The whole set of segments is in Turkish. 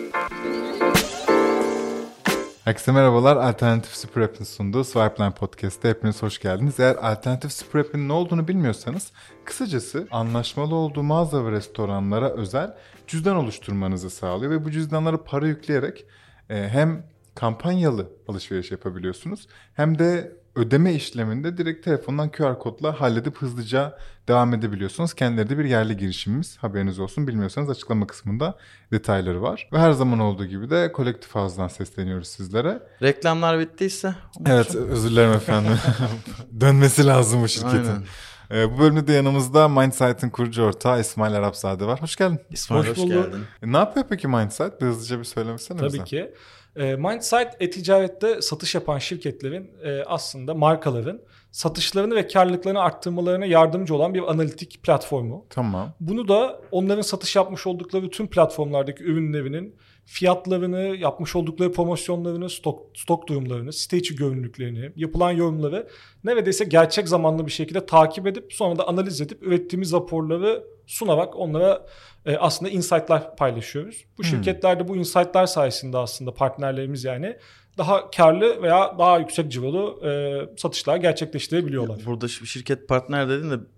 Herkese merhabalar. Alternatif Super sunduğu Swipeline Podcast'te hepiniz hoş geldiniz. Eğer Alternatif Super ne olduğunu bilmiyorsanız, kısacası anlaşmalı olduğu mağaza ve restoranlara özel cüzdan oluşturmanızı sağlıyor ve bu cüzdanlara para yükleyerek hem kampanyalı alışveriş yapabiliyorsunuz hem de ödeme işleminde direkt telefondan QR kodla halledip hızlıca devam edebiliyorsunuz. Kendileri de bir yerli girişimimiz. Haberiniz olsun. Bilmiyorsanız açıklama kısmında detayları var. Ve her zaman olduğu gibi de Kolektif House'dan sesleniyoruz sizlere. Reklamlar bittiyse. Evet, özür dilerim efendim. Dönmesi lazım bu şirketin. Bu bölümde de yanımızda Mindsight'ın kurucu ortağı İsmail Arapzade var. Hoş geldin. İsmail hoş geldin. Ne yapıyor peki Mindsight? Bir hızlıca bir söylemesene bize. Tabii ki. Mindsight e-ticarette satış yapan şirketlerin aslında markaların satışlarını ve karlılıklarını arttırmalarına yardımcı olan bir analitik platformu. Tamam. Bunu da onların satış yapmış oldukları tüm platformlardaki ürünlerinin fiyatlarını, yapmış oldukları promosyonlarını, stok durumlarını, site içi görünürlüklerini, yapılan yorumları neredeyse gerçek zamanlı bir şekilde takip edip sonra da analiz edip ürettiğimiz raporları sunarak onlara aslında insight'lar paylaşıyoruz. Bu şirketlerde bu insight'lar sayesinde aslında partnerlerimiz yani daha karlı veya daha yüksek cirolı satışlar gerçekleştirebiliyorlar. Burada şirket partner dedin de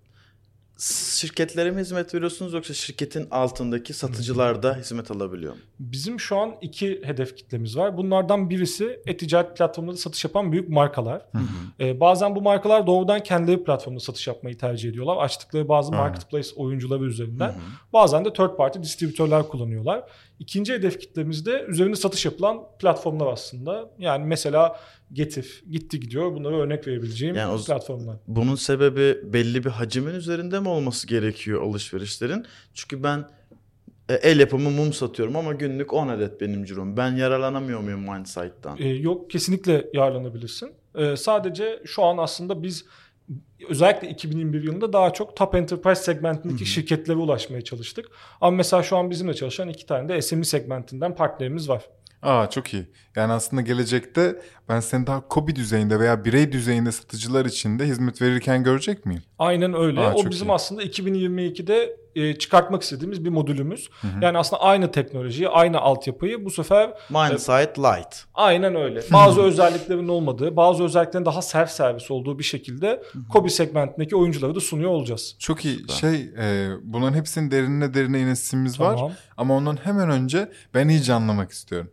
şirketlere mi hizmet veriyorsunuz yoksa şirketin altındaki satıcılar da hizmet alabiliyor mu? Bizim şu an 2 hedef kitlemiz var. Bunlardan birisi e-ticaret platformlarında satış yapan büyük markalar. Bazen bu markalar doğrudan kendileri platformda satış yapmayı tercih ediyorlar. Açtıkları bazı marketplace oyuncuları üzerinden. Bazen de third party distribütörler kullanıyorlar. İkinci hedef kitlemiz de üzerinde satış yapılan platformlar aslında. Yani mesela Getir, Gitti Gidiyor, bunlara örnek verebileceğim yani platformlar. Bunun sebebi belli bir hacimin üzerinde mi olması gerekiyor alışverişlerin? Çünkü ben el yapımı mum satıyorum ama günlük 10 adet benim cirom. Ben yararlanamıyor muyum Mindsight'tan? Yok, kesinlikle yararlanabilirsin. Sadece şu an aslında biz özellikle 2021 yılında daha çok top enterprise segmentindeki şirketlere ulaşmaya çalıştık. Ama mesela şu an bizimle çalışan 2 tane de SME segmentinden partnerimiz var. Çok iyi. Yani aslında gelecekte ben seni daha KOBİ düzeyinde veya birey düzeyinde satıcılar için de hizmet verirken görecek miyim? Aynen öyle. O bizim aslında 2022'de çıkartmak istediğimiz bir modülümüz. Yani aslında aynı teknolojiyi, aynı altyapıyı bu sefer Mindsight Lite. Aynen öyle. Bazı özelliklerin olmadığı, bazı özelliklerin daha self servis olduğu bir şekilde KOBİ segmentindeki oyuncuları da sunuyor olacağız. Çok iyi. Bunların hepsinin derine inesimiz var. Ama ondan hemen önce ben iyice anlamak istiyorum.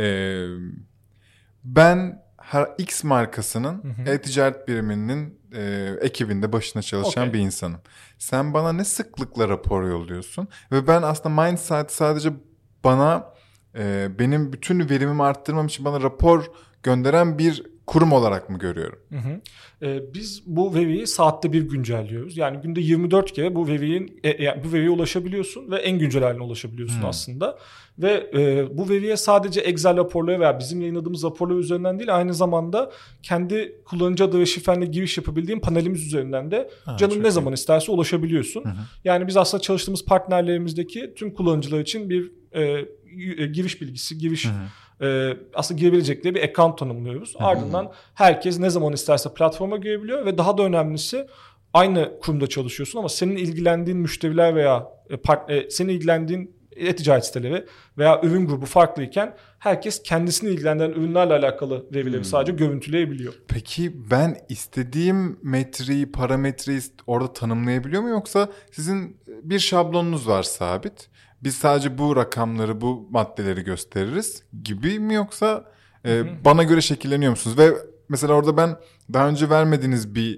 Ben X markasının e-ticaret biriminin ekibinde başına çalışan bir insanım. Sen bana ne sıklıkla rapor yolluyorsun? Ve ben aslında Mindsight sadece bana benim bütün verimimi arttırmam için bana rapor gönderen bir kurum olarak mı görüyorum? Biz bu veriyi saatte bir güncelliyoruz. Yani günde 24 kere bu veriye ulaşabiliyorsun ve en güncel haline ulaşabiliyorsun aslında. Ve bu veriye sadece Excel raporları veya bizim yayınladığımız raporlar üzerinden değil, aynı zamanda kendi kullanıcı adı ve şifrenle giriş yapabildiğin panelimiz üzerinden de canın ne zaman isterse ulaşabiliyorsun. Yani biz aslında çalıştığımız partnerlerimizdeki tüm kullanıcılar için bir giriş bilgisi, aslında girebilecekleri bir account tanımlıyoruz. Ardından herkes ne zaman isterse platforma girebiliyor ve daha da önemlisi aynı kurumda çalışıyorsun ama senin ilgilendiğin müşteriler veya senin ilgilendiğin e-ticaret siteleri veya ürün grubu farklıyken herkes kendisini ilgilendiren ürünlerle alakalı verileri sadece görüntüleyebiliyor. Peki ben istediğim parametreyi orada tanımlayabiliyor muyum, yoksa sizin bir şablonunuz var sabit? Biz sadece bu rakamları, bu maddeleri gösteririz gibi mi, yoksa bana göre şekilleniyor musunuz? Ve mesela orada ben daha önce vermediğiniz bir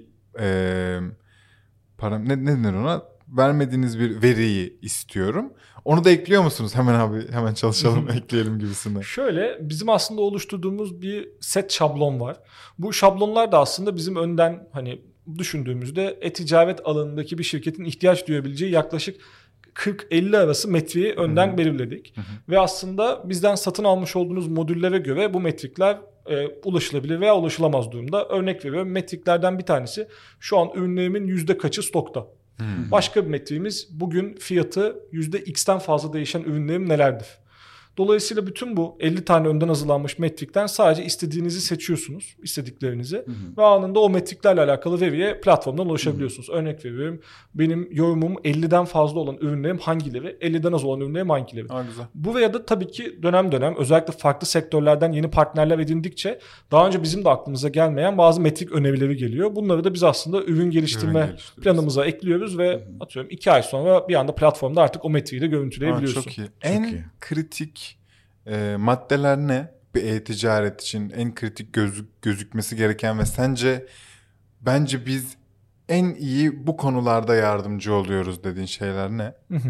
ne denir ona? Vermediğiniz bir veriyi istiyorum. Onu da ekliyor musunuz? Hemen çalışalım, ekleyelim gibisinden. Şöyle, bizim aslında oluşturduğumuz bir set şablon var. Bu şablonlar da aslında bizim önden düşündüğümüzde e-ticaret alanındaki bir şirketin ihtiyaç duyabileceği yaklaşık 40-50 arası metriği önden belirledik. Ve aslında bizden satın almış olduğunuz modüllere göre bu metrikler ulaşılabilir veya ulaşılamaz durumda. Örnek veriyorum, metriklerden bir tanesi şu an ürünlerimin %kaçı stokta. Başka bir metriğimiz bugün fiyatı %X'ten fazla değişen ürünlerim nelerdir? Dolayısıyla bütün bu 50 tane önden hazırlanmış metrikten sadece istediğinizi seçiyorsunuz, istediklerinizi ve anında o metriklerle alakalı veriye platformdan ulaşabiliyorsunuz. Örnek veriyorum, benim yorumum 50'den fazla olan ürünlerim hangileri, 50'den az olan ürünlerim hangileri. Güzel. Bu veya da tabii ki dönem dönem özellikle farklı sektörlerden yeni partnerler edindikçe daha önce bizim de aklımıza gelmeyen bazı metrik önerileri geliyor. Bunları da biz aslında ürün geliştirme planımıza ekliyoruz ve atıyorum 2 ay sonra bir anda platformda artık o metriği de görüntüleyebiliyorsun. Çok iyi. En kritik maddeler ne? Bir e-ticaret için en kritik gözükmesi gereken ve bence biz en iyi bu konularda yardımcı oluyoruz dediğin şeyler ne?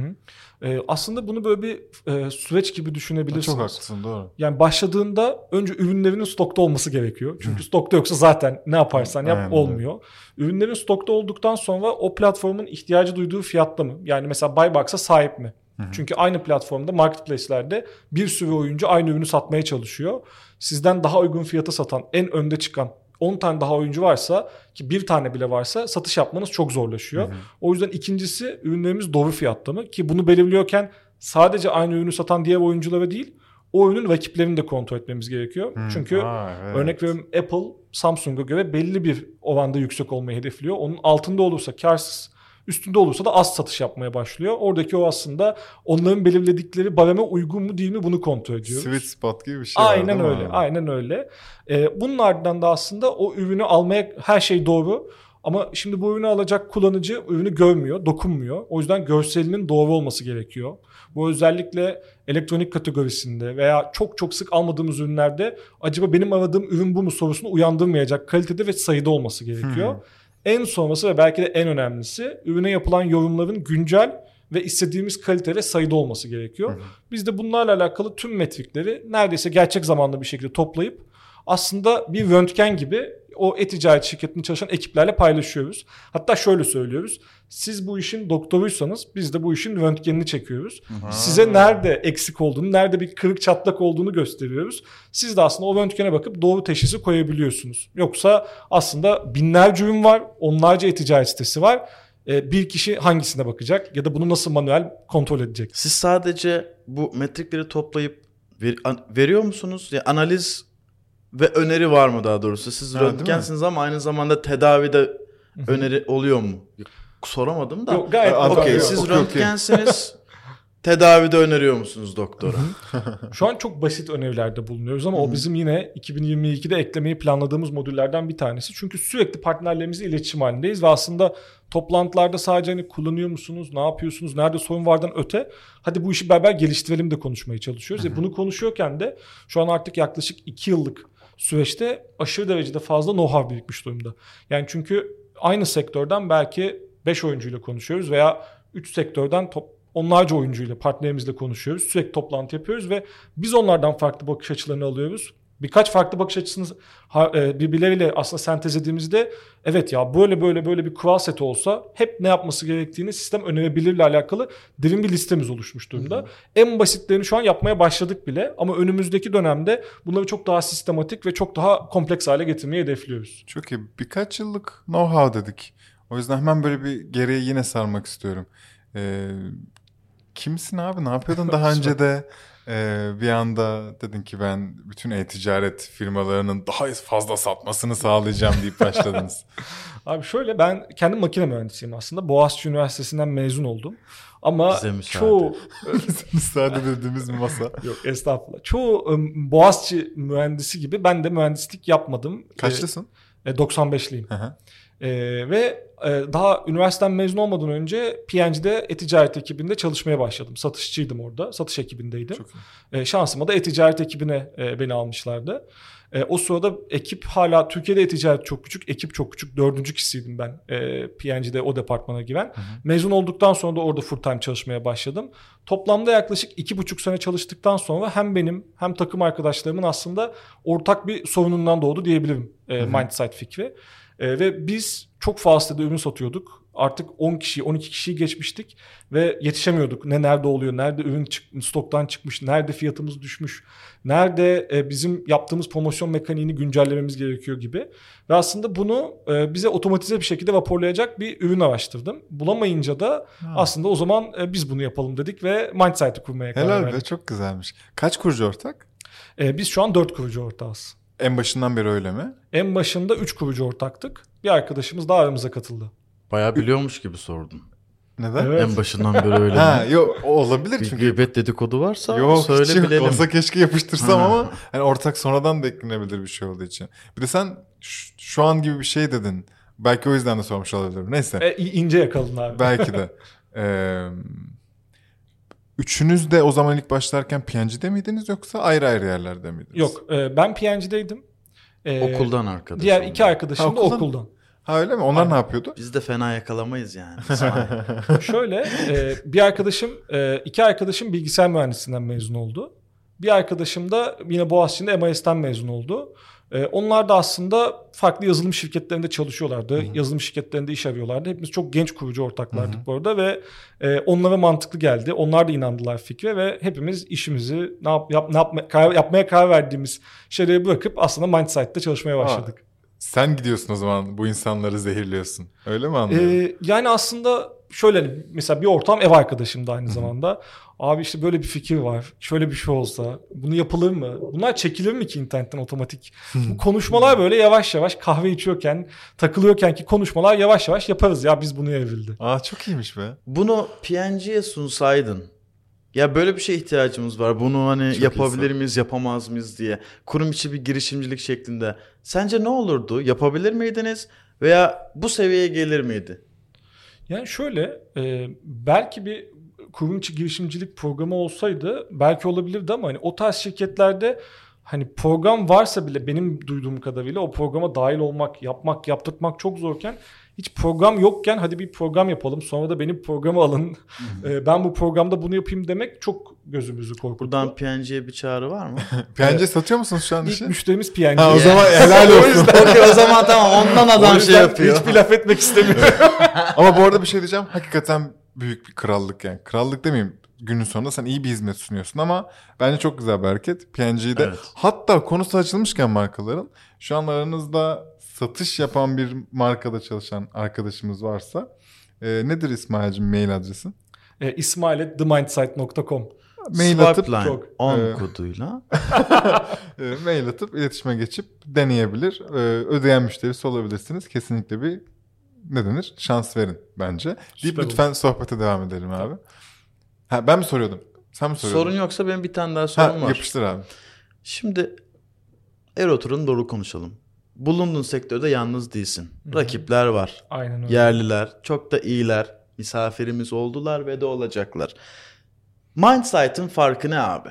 Aslında bunu böyle bir süreç gibi düşünebilirsiniz. Çok haklısın, doğru. Yani başladığında önce ürünlerinin stokta olması gerekiyor. Çünkü stokta yoksa zaten ne yaparsan yap olmuyor. Ürünlerin stokta olduktan sonra o platformun ihtiyacı duyduğu fiyatta mı? Yani mesela Buybox'a sahip mi? Çünkü aynı platformda marketplace'lerde bir sürü oyuncu aynı ürünü satmaya çalışıyor. Sizden daha uygun fiyata satan, en önde çıkan 10 tane daha oyuncu varsa, ki bir tane bile varsa satış yapmanız çok zorlaşıyor. O yüzden ikincisi, ürünlerimiz doğru fiyatta mı? Ki bunu belirliyorken sadece aynı ürünü satan diğer oyunculara değil, o ürünün rakiplerini de kontrol etmemiz gerekiyor. Çünkü örnek veriyorum, Apple Samsung'a göre belli bir oranda yüksek olmayı hedefliyor. Onun altında olursa kârsız, üstünde olursa da az satış yapmaya başlıyor. Oradaki o aslında onların belirledikleri bareme uygun mu değil mi bunu kontrol ediyoruz. Sweet spot gibi bir şey aynen var. Aynen öyle. Bunun ardından da aslında o ürünü almaya her şey doğru. Ama şimdi bu ürünü alacak kullanıcı ürünü görmüyor, dokunmuyor. O yüzden görselinin doğru olması gerekiyor. Bu özellikle elektronik kategorisinde veya çok çok sık almadığımız ürünlerde acaba benim aradığım ürün bu mu sorusunu uyandırmayacak kalitede ve sayıda olması gerekiyor. En sonrası ve belki de en önemlisi, ürüne yapılan yorumların güncel ve istediğimiz kalite ve sayıda olması gerekiyor. Biz de bunlarla alakalı tüm metrikleri neredeyse gerçek zamanlı bir şekilde toplayıp aslında bir röntgen gibi o e-ticaret şirketinde çalışan ekiplerle paylaşıyoruz. Hatta şöyle söylüyoruz: siz bu işin doktoruysanız biz de bu işin röntgenini çekiyoruz. Size nerede eksik olduğunu, nerede bir kırık çatlak olduğunu gösteriyoruz. Siz de aslında o röntgene bakıp doğru teşhisi koyabiliyorsunuz. Yoksa aslında binlerce ürün var, onlarca e-ticaret sitesi var. Bir kişi hangisine bakacak ya da bunu nasıl manuel kontrol edecek? Siz sadece bu metrikleri toplayıp veriyor musunuz? Yani analiz ve öneri var mı daha doğrusu? Siz röntgensiniz ama aynı zamanda tedavide öneri oluyor mu? Soramadım da. Yok, gayet okey. Siz röntgensiniz. Tedavide öneriyor musunuz doktora? Şu an çok basit önerilerde bulunuyoruz ama o bizim yine 2022'de eklemeyi planladığımız modüllerden bir tanesi. Çünkü sürekli partnerlerimizle iletişim halindeyiz ve aslında toplantılarda sadece hani kullanıyor musunuz, ne yapıyorsunuz, nerede sorun vardan öte, hadi bu işi beraber geliştirelim de konuşmaya çalışıyoruz. Bunu konuşuyorken de şu an artık yaklaşık 2 yıllık süreçte aşırı derecede fazla know-how birikmiş durumda. Yani çünkü aynı sektörden belki 5 oyuncuyla konuşuyoruz veya 3 sektörden onlarca oyuncuyla, partnerimizle konuşuyoruz. Sürekli toplantı yapıyoruz ve biz onlardan farklı bakış açılarını alıyoruz. Birkaç farklı bakış açısını birbirleriyle aslında sentezlediğimizde evet ya böyle bir kural seti olsa hep ne yapması gerektiğini sistem önerebilirle alakalı derin bir listemiz oluşmuş durumda. En basitlerini şu an yapmaya başladık bile ama önümüzdeki dönemde bunları çok daha sistematik ve çok daha kompleks hale getirmeyi hedefliyoruz. Çok iyi. Birkaç yıllık know-how dedik. O yüzden hemen böyle bir geriye yine sarmak istiyorum. Kimsin abi? Ne yapıyordun daha önce de? Bir anda dedin ki ben bütün e-ticaret firmalarının daha fazla satmasını sağlayacağım deyip başladınız. Abi şöyle, ben kendim makine mühendisiyim aslında. Boğaziçi Üniversitesi'nden mezun oldum. Ama çoğu... müsaade dediğimiz masa. Yok estağfurullah. Çoğu Boğaziçi mühendisi gibi ben de mühendislik yapmadım. Kaçlısın? 95'liyim. Ve daha üniversiteden mezun olmadan önce P&G'de e-ticaret ekibinde çalışmaya başladım. Satışçıydım orada. Satış ekibindeydim. Şansıma da e-ticaret ekibine beni almışlardı. O sırada ekip hala Türkiye'de e-ticaret çok küçük. Ekip çok küçük. 4. kişiydim ben P&G'de o departmana giren. Mezun olduktan sonra da orada full time çalışmaya başladım. Toplamda yaklaşık 2,5 sene çalıştıktan sonra hem benim hem takım arkadaşlarımın aslında ortak bir sorunundan doğdu diyebilirim. Mindsight fikri. Ve biz çok fazla da ürün satıyorduk. Artık 10 kişiyi, 12 kişiyi geçmiştik ve yetişemiyorduk. Nerede oluyor, nerede ürün stoktan çıkmış, nerede fiyatımız düşmüş, nerede bizim yaptığımız promosyon mekaniğini güncellememiz gerekiyor gibi. Ve aslında bunu bize otomatize bir şekilde raporlayacak bir ürün araştırdım. Bulamayınca da aslında o zaman biz bunu yapalım dedik ve Mindsight'ı kurmaya karar verdik. Helal be, çok güzelmiş. Kaç kurucu ortak? Biz şu an 4 kurucu ortağız. En başından beri öyle mi? En başında 3 kurucu ortaktık. Bir arkadaşımız daha aramıza katıldı. Bayağı biliyormuş gibi sordun. Neden? Evet. En başından beri öyle Ha, mi? yok olabilir Bir çünkü. gıybet dedikodu varsa Yok, söyle hiç yok. bilelim. Olsa keşke yapıştırsam ama hani ortak sonradan da eklenebilir bir şey olduğu için. Bir de sen şu an gibi bir şey dedin. Belki o yüzden de sormuş olabilirim. Neyse. İnce yakalın abi. Belki de. Üçünüz de o zaman ilk başlarken P&G'de miydiniz yoksa ayrı ayrı yerlerde miydiniz? Yok, ben P&G'deydim. Okuldan arkadaş. Diğer iki arkadaşım da okuldan. Ha, öyle mi? Onlar ne yapıyordu? Biz de fena yakalamayız yani. Şöyle iki arkadaşım bilgisayar mühendisliğinden mezun oldu. Bir arkadaşım da yine Boğaziçi'nde MIS'ten mezun oldu. Onlar da aslında farklı yazılım şirketlerinde çalışıyorlardı. Yazılım şirketlerinde iş arıyorlardı. Hepimiz çok genç kurucu ortaklardık bu arada ve onlara mantıklı geldi. Onlar da inandılar fikre ve hepimiz işimizi yapmaya karar verdiğimiz şeyleri bırakıp aslında Mindsight'ta çalışmaya başladık. Sen gidiyorsun o zaman, bu insanları zehirliyorsun. Öyle mi anlıyorum? Yani aslında şöyle, mesela bir ortam ev arkadaşım da aynı zamanda. Abi işte böyle bir fikir var. Şöyle bir şey olsa bunu yapılır mı? Bunlar çekilir mi ki internetten otomatik? Bu konuşmalar böyle yavaş yavaş kahve içiyorken, takılıyorken ki konuşmalar yavaş yavaş yaparız ya, biz bunu evrildi. Çok iyiymiş be. Bunu P&G'ye sunsaydın. Ya böyle bir şeye ihtiyacımız var. Bunu hani Çok yapabilir miyiz, yapamaz mıyız diye. Kurum içi bir girişimcilik şeklinde. Sence ne olurdu? Yapabilir miydiniz? Veya bu seviyeye gelir miydi? Yani şöyle, belki bir kurum içi girişimcilik programı olsaydı belki olabilirdi ama hani o tarz şirketlerde hani program varsa bile benim duyduğum kadarıyla o programa dahil olmak, yaptırtmak çok zorken, hiç program yokken hadi bir program yapalım sonra da benim programı alın. Ben bu programda bunu yapayım demek çok gözümüzü korkuttu. Buradan P&G'ye bir çağrı var mı? P&G satıyor musunuz şu an işi? İlk müşterimiz P&G. O zaman helal olsun. Okey, o zaman tamam, ondan adam şey yapıyor. Hiçbir laf etmek istemiyorum. Ama bu arada bir şey diyeceğim. Hakikaten büyük bir krallık yani. Krallık demeyeyim. Günün sonunda sen iyi bir hizmet sunuyorsun ama bence çok güzel bir hareket. P&G'de Evet. Hatta konusu açılmışken markaların, şu an aranızda satış yapan bir markada çalışan arkadaşımız varsa nedir İsmail'cim mail adresi? ismail@themindsight.com. Mail atıp Swipeline çok, 10 koduyla. mail atıp iletişime geçip deneyebilir. Ödeyen müşterisi olabilirsiniz. Kesinlikle bir şans verin bence. Deyip lütfen sohbete devam edelim abi. Ben mi soruyordum? Sen mi soruyordun? Sorun yoksa benim bir tane daha sorum var. Yapıştır abi. Şimdi oturun doğru konuşalım. Bulunduğun sektörde yalnız değilsin. Rakipler var. Aynen öyle. Yerliler, çok da iyiler. Misafirimiz oldular ve de olacaklar. Mindsight'ın farkı ne abi?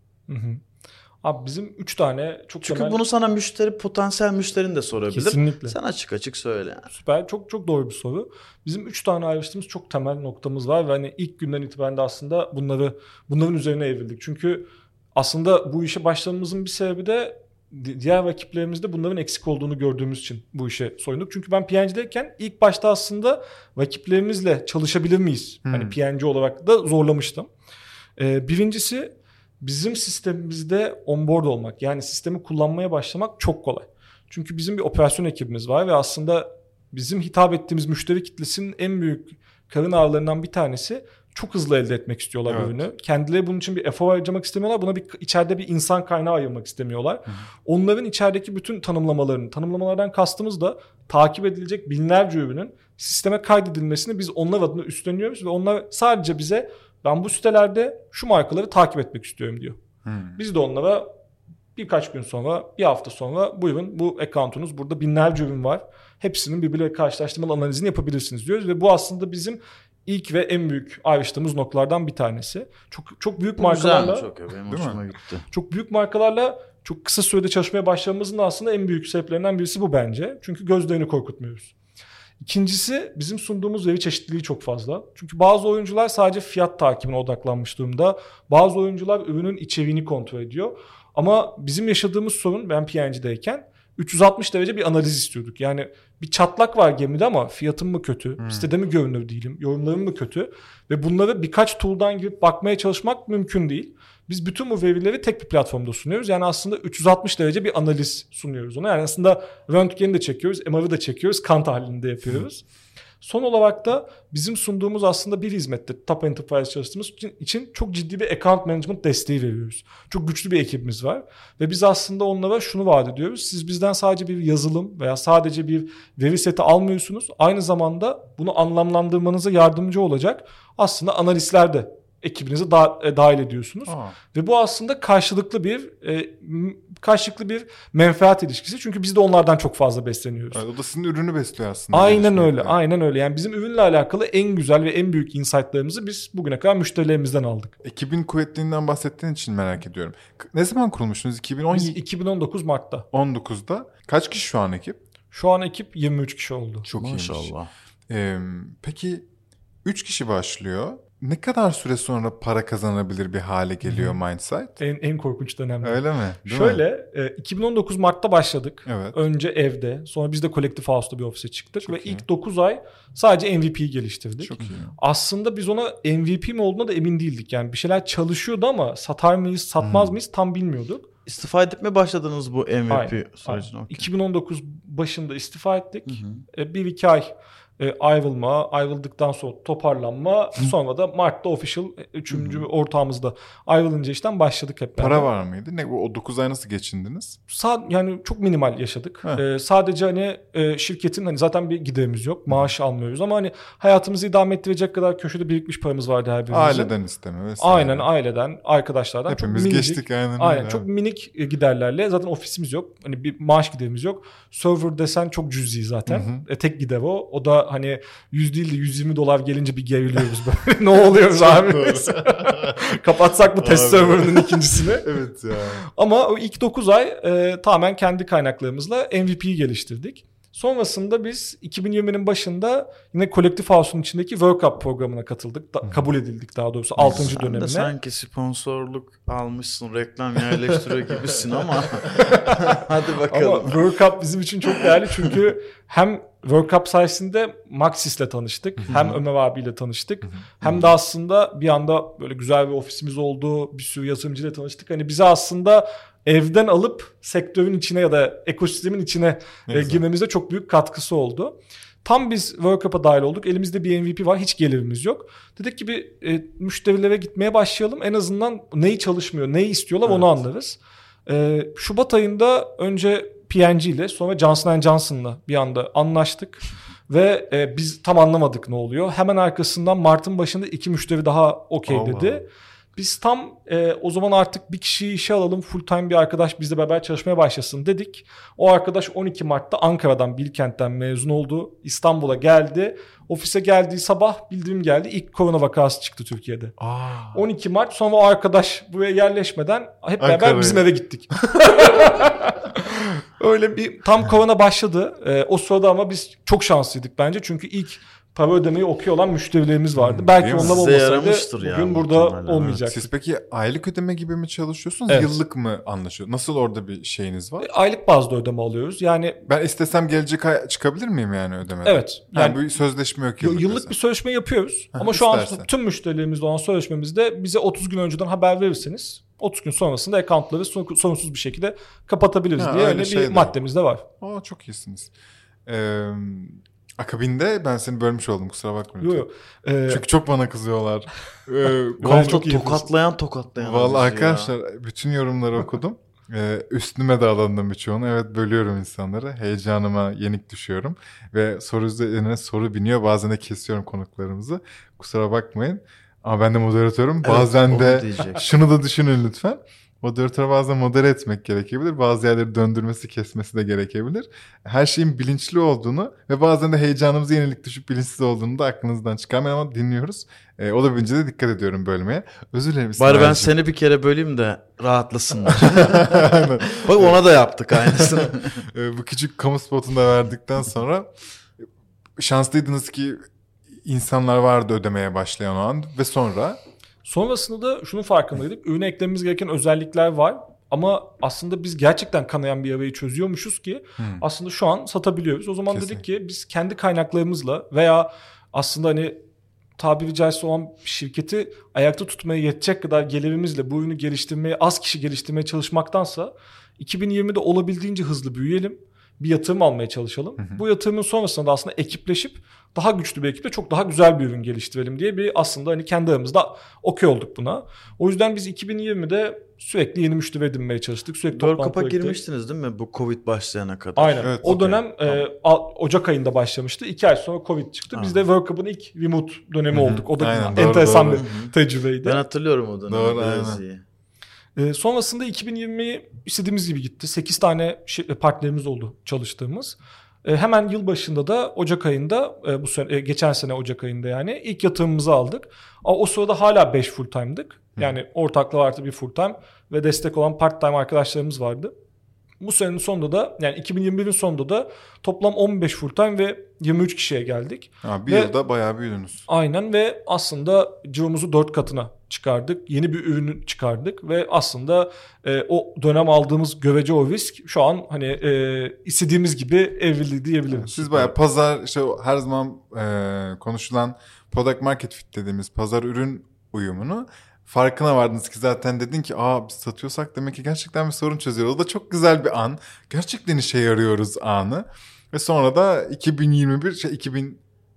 Abi bizim 3 tane çok Çünkü temel... bunu sana potansiyel müşterin de sorabilir. Kesinlikle. Sen açık açık söyle. Süper. Çok çok doğru bir soru. Bizim 3 tane ayrıştığımız çok temel noktamız var ve hani ilk günden itibaren de aslında bunların üzerine evrildik. Çünkü aslında bu işe başlamamızın bir sebebi de diğer rakiplerimizde bunların eksik olduğunu gördüğümüz için bu işe soyunduk. Çünkü ben P&G'deyken ilk başta aslında rakiplerimizle çalışabilir miyiz? Hani P&G olarak da zorlamıştım. Birincisi, bizim sistemimizde onboard olmak, yani sistemi kullanmaya başlamak çok kolay. Çünkü bizim bir operasyon ekibimiz var ve aslında bizim hitap ettiğimiz müşteri kitlesinin en büyük karın ağrılarından bir tanesi çok hızlı elde etmek istiyorlar ürünü. Kendileri bunun için bir efor harcamak istemiyorlar. Buna içeride bir insan kaynağı ayırmak istemiyorlar. Onların içerideki bütün tanımlamalardan kastımız da takip edilecek binlerce ürünün sisteme kaydedilmesini biz onlar adına üstleniyoruz ve onlar sadece bize ben bu sitelerde şu markaları takip etmek istiyorum diyor. Biz de onlara birkaç gün sonra, bir hafta sonra buyurun bu account'unuz burada binlerce ürün var. Hepsinin birbirleriyle karşılaştırmalı analizini yapabilirsiniz diyoruz ve bu aslında bizim ilk ve en büyük ayrıştığımız noktalardan bir tanesi. Çok büyük markalarla, Çok benim hoşuma gitti. çok büyük markalarla çok kısa sürede çalışmaya başlamamızın da aslında en büyük sebeplerinden birisi bu bence. Çünkü gözlerini korkutmuyoruz. İkincisi, bizim sunduğumuz veri çeşitliliği çok fazla. Çünkü bazı oyuncular sadece fiyat takibine odaklanmış durumda. Bazı oyuncular ürünün içeriğini kontrol ediyor. Ama bizim yaşadığımız sorun, ben P&G'deyken 360 derece bir analiz istiyorduk. Yani bir çatlak var gemide ama fiyatım mı kötü, sitede mi görünür değilim, yorumlarım mı kötü ve bunları birkaç tool'dan girip bakmaya çalışmak mümkün değil. Biz bütün bu verileri tek bir platformda sunuyoruz. Yani aslında 360 derece bir analiz sunuyoruz ona. Yani aslında röntgeni de çekiyoruz, MR'ı da çekiyoruz, kan tahlilini de yapıyoruz. Son olarak da bizim sunduğumuz aslında bir hizmette Top Enterprise çalıştığımız için çok ciddi bir account management desteği veriyoruz. Çok güçlü bir ekibimiz var ve biz aslında onlara şunu vaat ediyoruz. Siz bizden sadece bir yazılım veya sadece bir veri seti almıyorsunuz. Aynı zamanda bunu anlamlandırmanıza yardımcı olacak aslında analistler de ekibinize dahil ediyorsunuz. Ve bu aslında karşılıklı bir menfaat ilişkisi. Çünkü biz de onlardan çok fazla besleniyoruz. Evet, o da sizin ürünü besliyor aslında. Aynen öyle. Aynen öyle. Yani bizim ürünle alakalı en güzel ve en büyük insight'larımızı biz bugüne kadar müşterilerimizden aldık. Ekibin kuvvetliğinden bahsettiğin için merak ediyorum. Ne zaman kurulmuşsunuz? Biz 2019 Mart'ta. 19'da. Kaç kişi şu an ekip? Şu an ekip 23 kişi oldu. Çok Maşallah. Peki 3 kişi başlıyor. Ne kadar süre sonra para kazanabilir bir hale geliyor Mindsight? En korkunç dönemde. Öyle mi? Şöyle 2019 Mart'ta başladık. Evet. Önce evde, sonra biz de Collective House'da bir ofise çıktık. Çok ve iyi. ilk 9 ay sadece MVP'yi geliştirdik. Çok iyi. Aslında biz ona MVP mi olduğuna da emin değildik. Yani bir şeyler çalışıyordu ama satar mıyız, satmaz mıyız tam bilmiyorduk. İstifa edip mi başladınız bu MVP sürecine? Okay. 2019 başında istifa ettik. 1-2 ay ayrıldıktan sonra toparlanma, sonra da Mart'ta official 3. ortağımızda ayrılınca işten başladık hep beraber. Para var mıydı? O 9 ay nasıl geçindiniz? Yani çok minimal yaşadık. Sadece hani şirketin hani zaten bir giderimiz yok. Maaş almıyoruz ama hani hayatımızı idame ettirecek kadar köşede birikmiş paramız vardı her birimizin. Aileden isteme vesaire. Aynen, aileden, arkadaşlardan. Hepimiz çok geçtik aynen. Aynen çok minik giderlerle, zaten ofisimiz yok. Hani bir maaş giderimiz yok. Server desen çok cüzi zaten. Tek gider o. O da hani 100 değil de $120 gelince bir geriliyoruz böyle. Ne oluyoruz abi? Kapatsak mı test serverının ikincisini? Evet ya. Ama o ilk 9 ay tamamen kendi kaynaklarımızla MVP'yi geliştirdik. Sonrasında biz 2020'nin başında yine Collective House'un içindeki Work Up programına katıldık. Kabul edildik daha doğrusu 6. Sen dönemine. de sanki sponsorluk almışsın, reklam yerleştiriyor gibisin ama hadi bakalım. Ama Work Up bizim için çok değerli çünkü hem Work Up sayesinde Maxis'le tanıştık. Hem Ömer abiyle tanıştık. Hem de aslında bir anda böyle güzel bir ofisimiz oldu. Bir sürü yatırımcıyla tanıştık. Hani bize aslında evden alıp sektörün içine ya da ekosistemin içine girmemize çok büyük katkısı oldu. Tam biz Work Up'a dahil olduk. Elimizde bir MVP var. Hiç gelirimiz yok. Dedik ki bir müşterilere gitmeye başlayalım. En azından neyi çalışmıyor, neyi istiyorlar onu anlarız. Şubat ayında önce P&G ile sonra Johnson & Johnson'la bir anda anlaştık. Ve biz tam anlamadık ne oluyor. Hemen arkasından Mart'ın başında 2 müşteri daha okey dedi. Biz tam o zaman artık bir kişiyi işe alalım, full time bir arkadaş bizle beraber çalışmaya başlasın dedik. O arkadaş 12 Mart'ta Ankara'dan, Bilkent'ten mezun oldu. İstanbul'a geldi. Ofise geldiği sabah bildirim geldi. İlk korona vakası çıktı Türkiye'de. 12 Mart sonra o arkadaş buraya yerleşmeden hep beraber Ankara'ya. bizim eve gittik. Öyle bir tam korona başladı. O sırada ama biz çok şanslıydık bence. Çünkü ilk para ödemeyi okuyor olan müşterilerimiz vardı. Belki onlar olmasaydı bugün burada olmayacaktık. Siz peki aylık ödeme gibi mi çalışıyorsunuz? Evet. Yıllık mı anlaşıyor? Nasıl orada bir şeyiniz var? Aylık bazda ödeme alıyoruz. Yani Ben istesem gelecek ay çıkabilir miyim yani ödemeden? evet. Yani bir sözleşme yok yıllık. Yıllık mesela. bir sözleşme yapıyoruz. Ama şu an istersen. tüm müşterilerimizle olan sözleşmemizde bize 30 gün önceden haber verirseniz 30 gün sonrasında accountları sorunsuz bir şekilde kapatabiliriz diye öyle bir maddemiz de var. Çok iyisiniz. Akabinde ben seni bölmüş oldum, kusura bakma. Yok. Çünkü çok bana kızıyorlar. Çok tokatlayan. Vallahi arkadaşlar bütün yorumları okudum. Üstüme de alındım birçoğunu. Evet, bölüyorum insanları. Heyecanıma yenik düşüyorum. Ve soru üzerine soru biniyor. Bazen de kesiyorum konuklarımızı. Kusura bakmayın. Ama ben de moderatörüm. Evet, bazen de diyecek. şunu da düşünün lütfen. Moderatör bazen modere etmek gerekebilir. Bazı yerleri döndürmesi, kesmesi de gerekebilir. Her şeyin bilinçli olduğunu ve bazen de heyecanımıza yenilik düşüp bilinçsiz olduğunu da aklınızdan çıkarmayın ama dinliyoruz. Olabildiğince de dikkat ediyorum bölmeye. Özür dilerim. Bari ben seni bir kere böleyim de rahatlasınlar. Bak ona da yaptık aynısını. Bu küçük kamu spotunu da verdikten sonra şanslıydınız ki insanlar vardı ödemeye başlayan o an ve sonra... Sonrasında da şunun farkındaydık. Ürüne eklememiz gereken özellikler var. Ama aslında biz gerçekten kanayan bir yarayı çözüyormuşuz ki aslında şu an satabiliyoruz. O zaman dedik ki biz kendi kaynaklarımızla veya aslında hani tabiri caizse olan şirketi ayakta tutmaya yetecek kadar gelirimizle bu ürünü geliştirmeye, az kişi geliştirmeye çalışmaktansa 2020'de olabildiğince hızlı büyüyelim. Bir yatırım almaya çalışalım. Bu yatırımın sonrasında da aslında ekipleşip daha güçlü bir ekiple çok daha güzel bir ürün geliştirelim diye bir aslında hani kendi aramızda okey olduk buna. O yüzden biz 2020'de sürekli yeni müşteri edinmeye çalıştık. Sürekli World Cup'a girmiştiniz değil mi bu Covid başlayana kadar? Aynen. Evet, o dönem Ocak ayında başlamıştı. 2 ay sonra Covid çıktı. Biz de World Cup'ın ilk remote dönemi olduk. O da enteresan bir tecrübeydi. Ben hatırlıyorum o dönemi. Doğru, biraz iyi. Sonrasında 2020'yi istediğimiz gibi gitti. 8 tane partnerimiz oldu çalıştığımız. Hemen yılbaşında da Ocak ayında bu sene, geçen sene Ocak ayında yani ilk yatırımımızı aldık. O sırada hala 5 full time'dık. Yani ortaklar artı bir full time ve destek olan part time arkadaşlarımız vardı. Bu senenin sonunda da yani 2021'in sonunda da toplam 15 full time ve 23 kişiye geldik. Bir yılda bayağı büyüdünüz. Aynen ve aslında ciromuzu 4 katına çıkardık. Yeni bir ürünü çıkardık ve aslında o dönem aldığımız görece o risk şu an hani istediğimiz gibi evrildi diyebiliriz. Siz bayağı pazar işte her zaman konuşulan product market fit dediğimiz pazar ürün uyumunu farkına vardınız ki zaten dedin ki biz satıyorsak demek ki gerçekten bir sorun çözüyoruz. O da çok güzel bir an. Gerçekten işe yarıyoruz anı. Ve sonra da 2021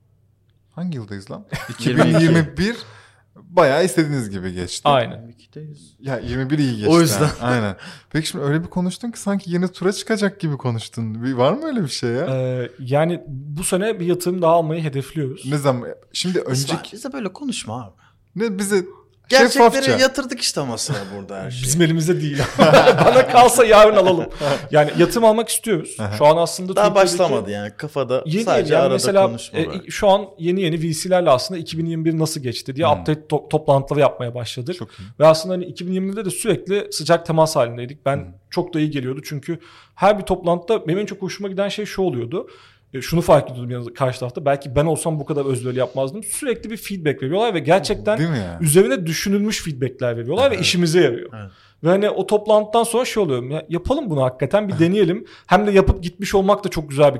hangi yıldayız lan? 2021 bayağı istediğiniz gibi geçti. Aynen. Ya 21 iyi geçti. O yüzden. Aynen. Peki şimdi öyle bir konuştun ki sanki yeni tura çıkacak gibi konuştun. Var mı öyle bir şey ya? Yani bu sene bir yatırım daha almayı hedefliyoruz. Ne zaman? Şimdi önceki... Bize böyle konuşma abi. Ne bize... Gerçekleri yatırdık işte masaya burada her şey. Bizim elimizde değil. Bana kalsa yarın alalım. Yani yatırım almak istiyoruz. Şu an aslında daha başlamadı yani kafada sadece yani arada mesela, konuşma var. Şu an yeni VC'lerle aslında 2021 nasıl geçti diye update toplantıları yapmaya başladık. Ve aslında hani 2020'de de sürekli sıcak temas halindeydik. Ben çok da iyi geliyordu çünkü her bir toplantıda benim en çok hoşuma giden şey şu oluyordu. Şunu fark ediyordum yalnız karşı tarafta. Belki ben olsam bu kadar özverili yapmazdım. Sürekli bir feedback veriyorlar ve gerçekten üzerine düşünülmüş feedbackler veriyorlar ve işimize yarıyor. Evet. Ve hani o toplantıdan sonra şey oluyorum ya yapalım bunu hakikaten bir deneyelim. Hem de yapıp gitmiş olmak da çok güzel bir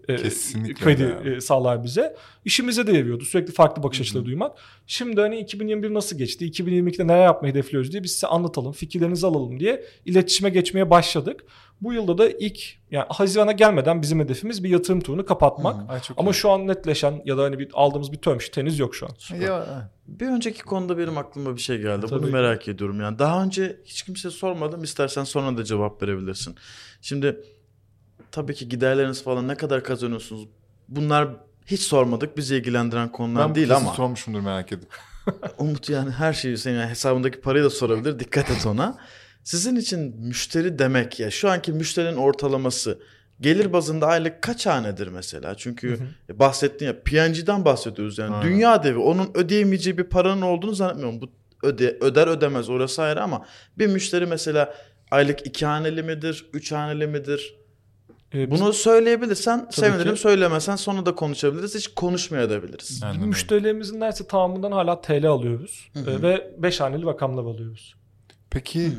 kredi sağlar bize. İşimize de yarıyordu. Sürekli farklı bakış açıları duymak. Şimdi hani 2021 nasıl geçti? 2022'de neler yapmayı hedefliyoruz diye biz size anlatalım. Fikirlerinizi alalım diye iletişime geçmeye başladık. Bu yılda da yani Haziran'a gelmeden bizim hedefimiz bir yatırım turunu kapatmak. Ama şu an netleşen ya da hani aldığımız bir term sheet henüz yok şu an. Bir önceki konuda benim aklıma bir şey geldi. Tabii. Bunu merak ediyorum. Yani daha önce hiç kimseye sormadım. İstersen sonra da cevap verebilirsin. Şimdi tabii ki giderleriniz falan ne kadar kazanıyorsunuz? Bunlar hiç sormadık. Bizi ilgilendiren konular değil ama. Ben sormuşumdur merak edip. Umut yani her şeyi senin hesabındaki parayı da sorabilir. Dikkat et ona. Sizin için müşteri demek ya şu anki müşterinin ortalaması gelir bazında aylık kaç hanedir mesela? Çünkü bahsettin ya P&G'den bahsediyoruz yani. Aynen. Dünya devi onun ödeyemeyeceği bir paranın olduğunu zannetmiyorum. Bu öder ödemez orası ayrı ama bir müşteri mesela aylık 2 haneli midir 3 haneli midir? Bunu söyleyebilirsen sevinirim. Söylemesen sonra da konuşabiliriz. Hiç konuşmayabiliriz. Müşterilerimizin neredeyse tamamından hala TL alıyoruz. Ve 5 haneli rakamlar alıyoruz. Peki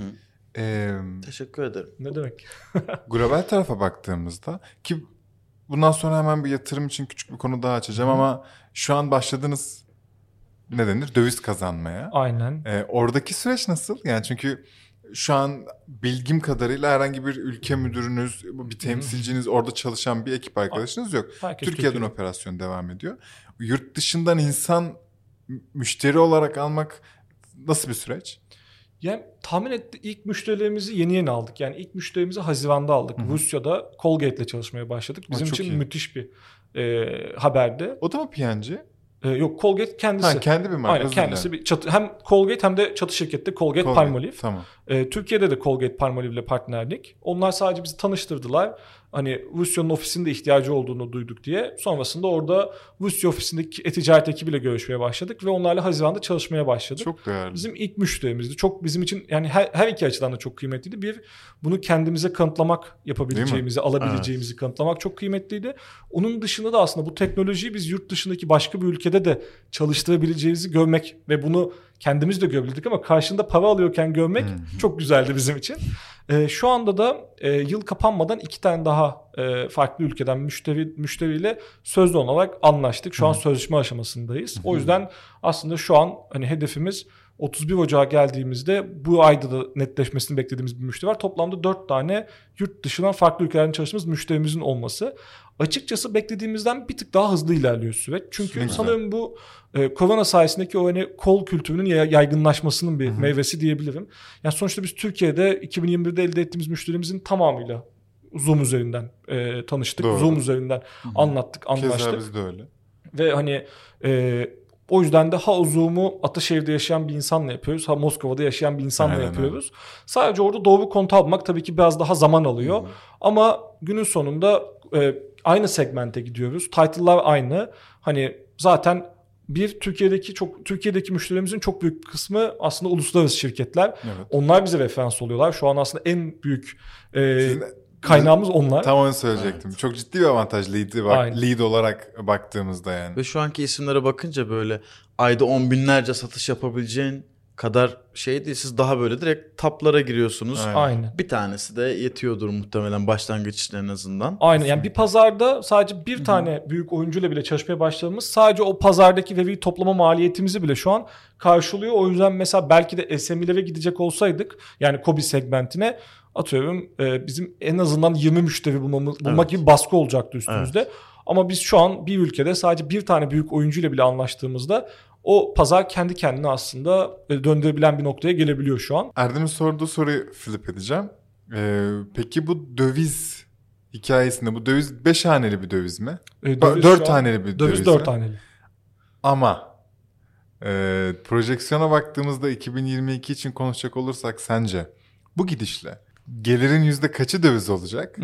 teşekkür ederim. Ne demek? Global tarafa baktığımızda ki bundan sonra hemen bir yatırım için küçük bir konu daha açacağım ama şu an başladınız ne denir? Döviz kazanmaya. Aynen. Oradaki süreç nasıl? Yani çünkü şu an bilgim kadarıyla herhangi bir ülke müdürünüz, bir temsilciniz, orada çalışan bir ekip arkadaşınız yok. Türkiye'den operasyon devam ediyor. Yurt dışından insan müşteri olarak almak nasıl bir süreç? Yani tahmin etti ilk müşterilerimizi yeni aldık. Yani ilk müşterimizi Haziran'da aldık. Rusya'da Colgate'le çalışmaya başladık. Bizim için iyi. Müthiş bir haberdi. O da mı P&G? Yok Colgate kendisi. Kendi bir marka. Aynen kendisi bir hem Colgate hem de çatı şirketi Colgate Palmolive. Tamam. Türkiye'de de Colgate Palmolive ile partnerlik. Onlar sadece bizi tanıştırdılar. Hani Rusya'nın ofisinde ihtiyacı olduğunu duyduk diye. Sonrasında orada Rusya ofisindeki e-ticaret ekibiyle görüşmeye başladık ve onlarla Haziran'da çalışmaya başladık. Çok değerli. Bizim ilk müşterimizdi. Çok bizim için yani her iki açıdan da çok kıymetliydi. Bir, bunu kendimize kanıtlamak yapabileceğimizi, alabileceğimizi kanıtlamak çok kıymetliydi. Onun dışında da aslında bu teknolojiyi biz yurt dışındaki başka bir ülkede de çalıştırabileceğimizi görmek ve bunu kendimiz de görebildik ama karşında para alıyorken görmek çok güzeldi bizim için. Şu anda da yıl kapanmadan 2 tane daha farklı ülkeden müşteriyle sözlü olarak anlaştık. Şu an sözleşme aşamasındayız. O yüzden aslında şu an hani hedefimiz 31 Ocağı geldiğimizde bu ayda da netleşmesini beklediğimiz bir müşteri var. Toplamda 4 tane yurt dışından farklı ülkelerden çalıştığımız müşterimizin olması. Açıkçası beklediğimizden bir tık daha hızlı ilerliyor süreç. Çünkü sanırım bu korona sayesindeki o hani call kültürünün yaygınlaşmasının bir meyvesi diyebilirim. Yani sonuçta biz Türkiye'de 2021'de elde ettiğimiz müşterimizin tamamıyla Zoom üzerinden tanıştık. Doğru. Zoom üzerinden anlattık, anlaştık. Keza biz de öyle. Ve hani o yüzden de ha Zoom'u Ataşehir'de yaşayan bir insanla yapıyoruz, ha Moskova'da yaşayan bir insanla yapıyoruz. Sadece orada doğru kontağı almak tabii ki biraz daha zaman alıyor. Ama günün sonunda aynı segmente gidiyoruz. Title'lar aynı. Hani zaten Türkiye'deki müşterilerimizin çok büyük kısmı aslında uluslararası şirketler. Evet. Onlar bize referans oluyorlar. Şu an aslında en büyük kaynağımız onlar. Tam onu söyleyecektim. Evet. Çok ciddi bir avantaj lead olarak baktığımızda yani. Ve şu anki isimlere bakınca böyle ayda 10 binlerce satış yapabileceğin kadar şey değil. Siz daha böyle direkt taplara giriyorsunuz. Aynen. Bir tanesi de yetiyordur muhtemelen başlangıç için en azından. Aynen. Yani bir pazarda sadece bir tane büyük oyuncuyla bile çalışmaya başladığımız sadece o pazardaki veriyi toplama maliyetimizi bile şu an karşılıyor. O yüzden mesela belki de SME'lere gidecek olsaydık yani KOBİ segmentine atıyorum bizim en azından 20 müşteri bulmak gibi baskı olacaktı üstümüzde. Evet. Ama biz şu an bir ülkede sadece bir tane büyük oyuncuyla bile anlaştığımızda o pazar kendi kendine aslında döndürebilen bir noktaya gelebiliyor şu an. Erdem'in sorduğu soruyu flip edeceğim. Peki bu döviz hikayesinde bu döviz 5 haneli bir döviz mi? 4 haneli bir döviz mi? 4 haneli. Ama projeksiyona baktığımızda 2022 için konuşacak olursak sence bu gidişle gelirin %kaçı döviz olacak?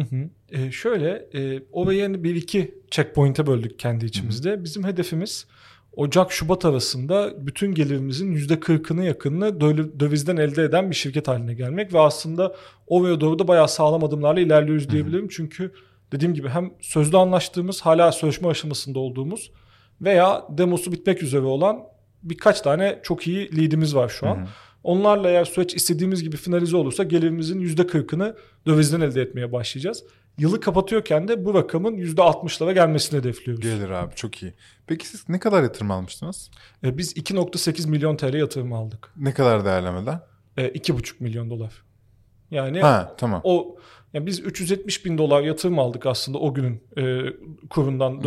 Orayı 1-2 checkpoint'e böldük kendi içimizde. Bizim hedefimiz Ocak-Şubat arasında bütün gelirimizin %40'ını yakınını dövizden elde eden bir şirket haline gelmek ve aslında oraya doğru da bayağı sağlam adımlarla ilerliyoruz diyebilirim. Çünkü dediğim gibi hem sözlü anlaştığımız, hala sözleşme aşamasında olduğumuz veya demosu bitmek üzere olan birkaç tane çok iyi lead'imiz var şu an. Onlarla eğer süreç istediğimiz gibi finalize olursa gelirimizin %40'ını dövizden elde etmeye başlayacağız. Yılı kapatıyorken de bu rakamın %60'lara gelmesini hedefliyoruz. Gelir abi, çok iyi. Peki siz ne kadar yatırım almıştınız? Biz 2.8 milyon TL yatırım aldık. Ne kadar değerlemeden? 2.5 milyon dolar. Yani tamam. Yani biz 370 bin dolar yatırım aldık aslında o günün kurundan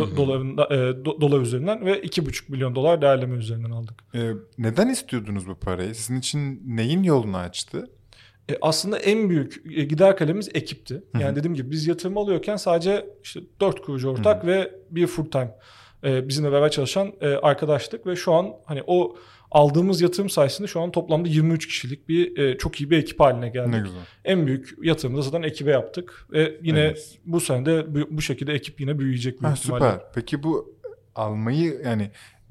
dolar üzerinden ve 2,5 milyon dolar değerleme üzerinden aldık. Neden istiyordunuz bu parayı? Sizin için neyin yolunu açtı? Aslında en büyük gider kalemimiz ekipti. Yani dediğim gibi biz yatırım alıyorken sadece 4 kurucu ortak ve bir full time bizimle beraber çalışan arkadaştık ve şu an hani o aldığımız yatırım sayesinde şu an toplamda 23 kişilik bir çok iyi bir ekip haline geldik. Ne güzel. En büyük yatırımı da zaten ekibe yaptık. Yine bu sene de bu şekilde ekip yine büyüyecek büyük ihtimalle. Süper. Peki bu almayı yani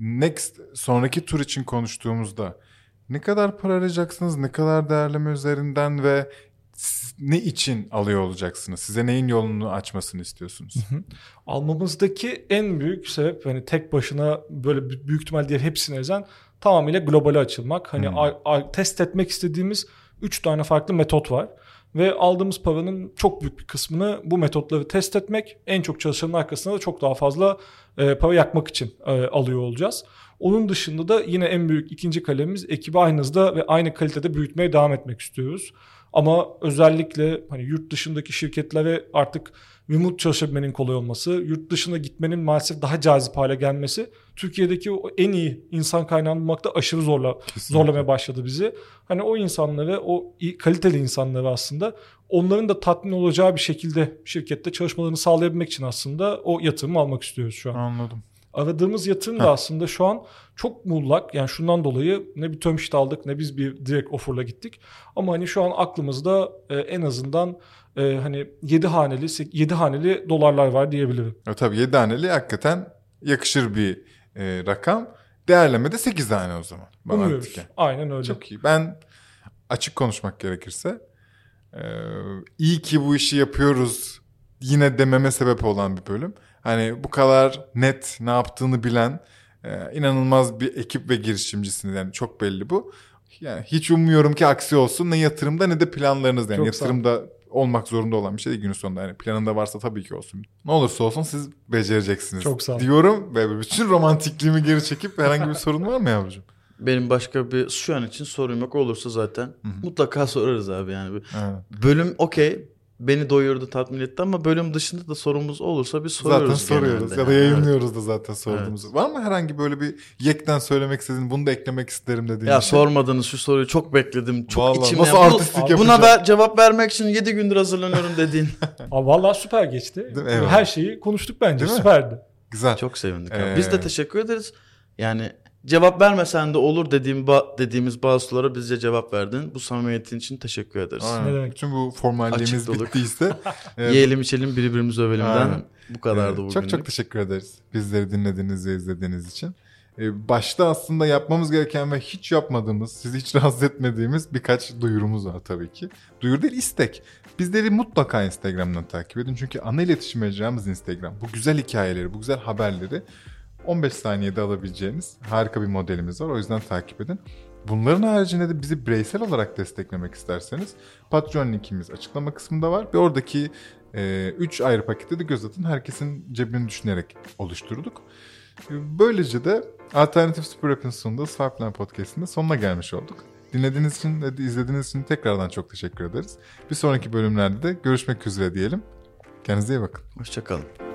sonraki tur için konuştuğumuzda ne kadar para arayacaksınız, ne kadar değerleme üzerinden ve ne için alıyor olacaksınız? Size neyin yolunu açmasını istiyorsunuz? Almamızdaki en büyük sebep hani tek başına böyle büyük ihtimal diğer hepsini ezen tamamıyla globale açılmak. Hani test etmek istediğimiz 3 tane farklı metot var. Ve aldığımız paranın çok büyük bir kısmını bu metotları test etmek, en çok çalışanın arkasına da çok daha fazla para yakmak için alıyor olacağız. Onun dışında da yine en büyük ikinci kalemimiz ekibi aynı hızda ve aynı kalitede büyütmeye devam etmek istiyoruz. Ama özellikle hani yurt dışındaki şirketlere artık remote çalışabilmenin kolay olması, yurt dışına gitmenin maalesef daha cazip hale gelmesi, Türkiye'deki o en iyi insan kaynağını bulmakta aşırı zorlamaya başladı bizi. Hani o insanları, o kaliteli insanları aslında onların da tatmin olacağı bir şekilde şirkette çalışmalarını sağlayabilmek için aslında o yatırımı almak istiyoruz şu an. Anladım. Aradığımız yatırım da aslında şu an çok muğlak. Yani şundan dolayı ne bir term sheet aldık ne biz bir direkt offer'la gittik. Ama hani şu an aklımızda en azından hani 7 haneli dolarlar var diyebilirim. Tabii 7 haneli hakikaten yakışır bir rakam. Değerleme de 8 tane o zaman. Umuyoruz. Aynen öyle. Çok iyi. Ben açık konuşmak gerekirse iyi ki bu işi yapıyoruz yine dememe sebep olan bir bölüm. Hani bu kadar net ne yaptığını bilen inanılmaz bir ekip ve girişimcisiniz. Yani çok belli bu. Yani hiç ummuyorum ki aksi olsun. Ne yatırımda ne de planlarınızda. Yani Çok sağ yatırımda olmak zorunda olan bir şey değil günün sonunda. Yani planında varsa tabii ki olsun. Ne olursa olsun siz becereceksiniz Çok sağ ol. diyorum. Ve bütün romantikliğimi geri çekip herhangi bir sorun var mı yavrucuğum? Benim başka bir şu an için sorum yok. Olursa zaten mutlaka sorarız abi yani. Evet. Bölüm okey. Beni doyurdu, tatmin etti ama bölüm dışında da sorumuz olursa bir soruyoruz. Zaten soruyoruz genelde. ya da Yani. yayınlıyoruz da zaten sorduğumuzu. Evet. Var mı herhangi böyle bir yekten söylemek istediğin, bunu da eklemek isterim dediğin Ya bir şey? sormadınız şu soruyu, çok bekledim. Çok Vallahi içimden. nasıl artistlik Buna yapacağım? cevap vermek için 7 gündür hazırlanıyorum dediğin. Abi vallahi süper geçti. Değil mi? Eyvallah. Her şeyi konuştuk bence. Değil mi? Süperdi. Güzel. Çok sevindik abi. Biz de teşekkür ederiz. Yani cevap vermesen de olur dediğimiz bazı sorulara bizce cevap verdin. Bu samimiyetin için teşekkür ederiz. Aynen. Ne demek? Bütün bu formalliğimiz Açık bittiyse. Yiyelim içelim birbirimizi övelimden Aynen. bu kadardı bugün. Çok çok teşekkür ederiz bizleri dinlediğiniz ve izlediğiniz için. Başta aslında yapmamız gereken ve hiç yapmadığımız, sizi hiç rahatsız etmediğimiz birkaç duyurumuz var tabii ki. Duyuru değil, istek. Bizleri mutlaka Instagram'dan takip edin. Çünkü ana iletişim mecramız Instagram. Bu güzel hikayeleri, bu güzel haberleri 15 saniyede alabileceğiniz harika bir modelimiz var. O yüzden takip edin. Bunların haricinde de bizi bireysel olarak desteklemek isterseniz Patreon linkimiz açıklama kısmında var. Ve oradaki 3 ayrı pakette de göz atın. Herkesin cebini düşünerek oluşturduk. Böylece de Alternatif Super App'in sunduğu Swipeline Podcast'ın da sonuna gelmiş olduk. Dinlediğiniz için ve izlediğiniz için tekrardan çok teşekkür ederiz. Bir sonraki bölümlerde de görüşmek üzere diyelim. Kendinize iyi bakın. Hoşça kalın.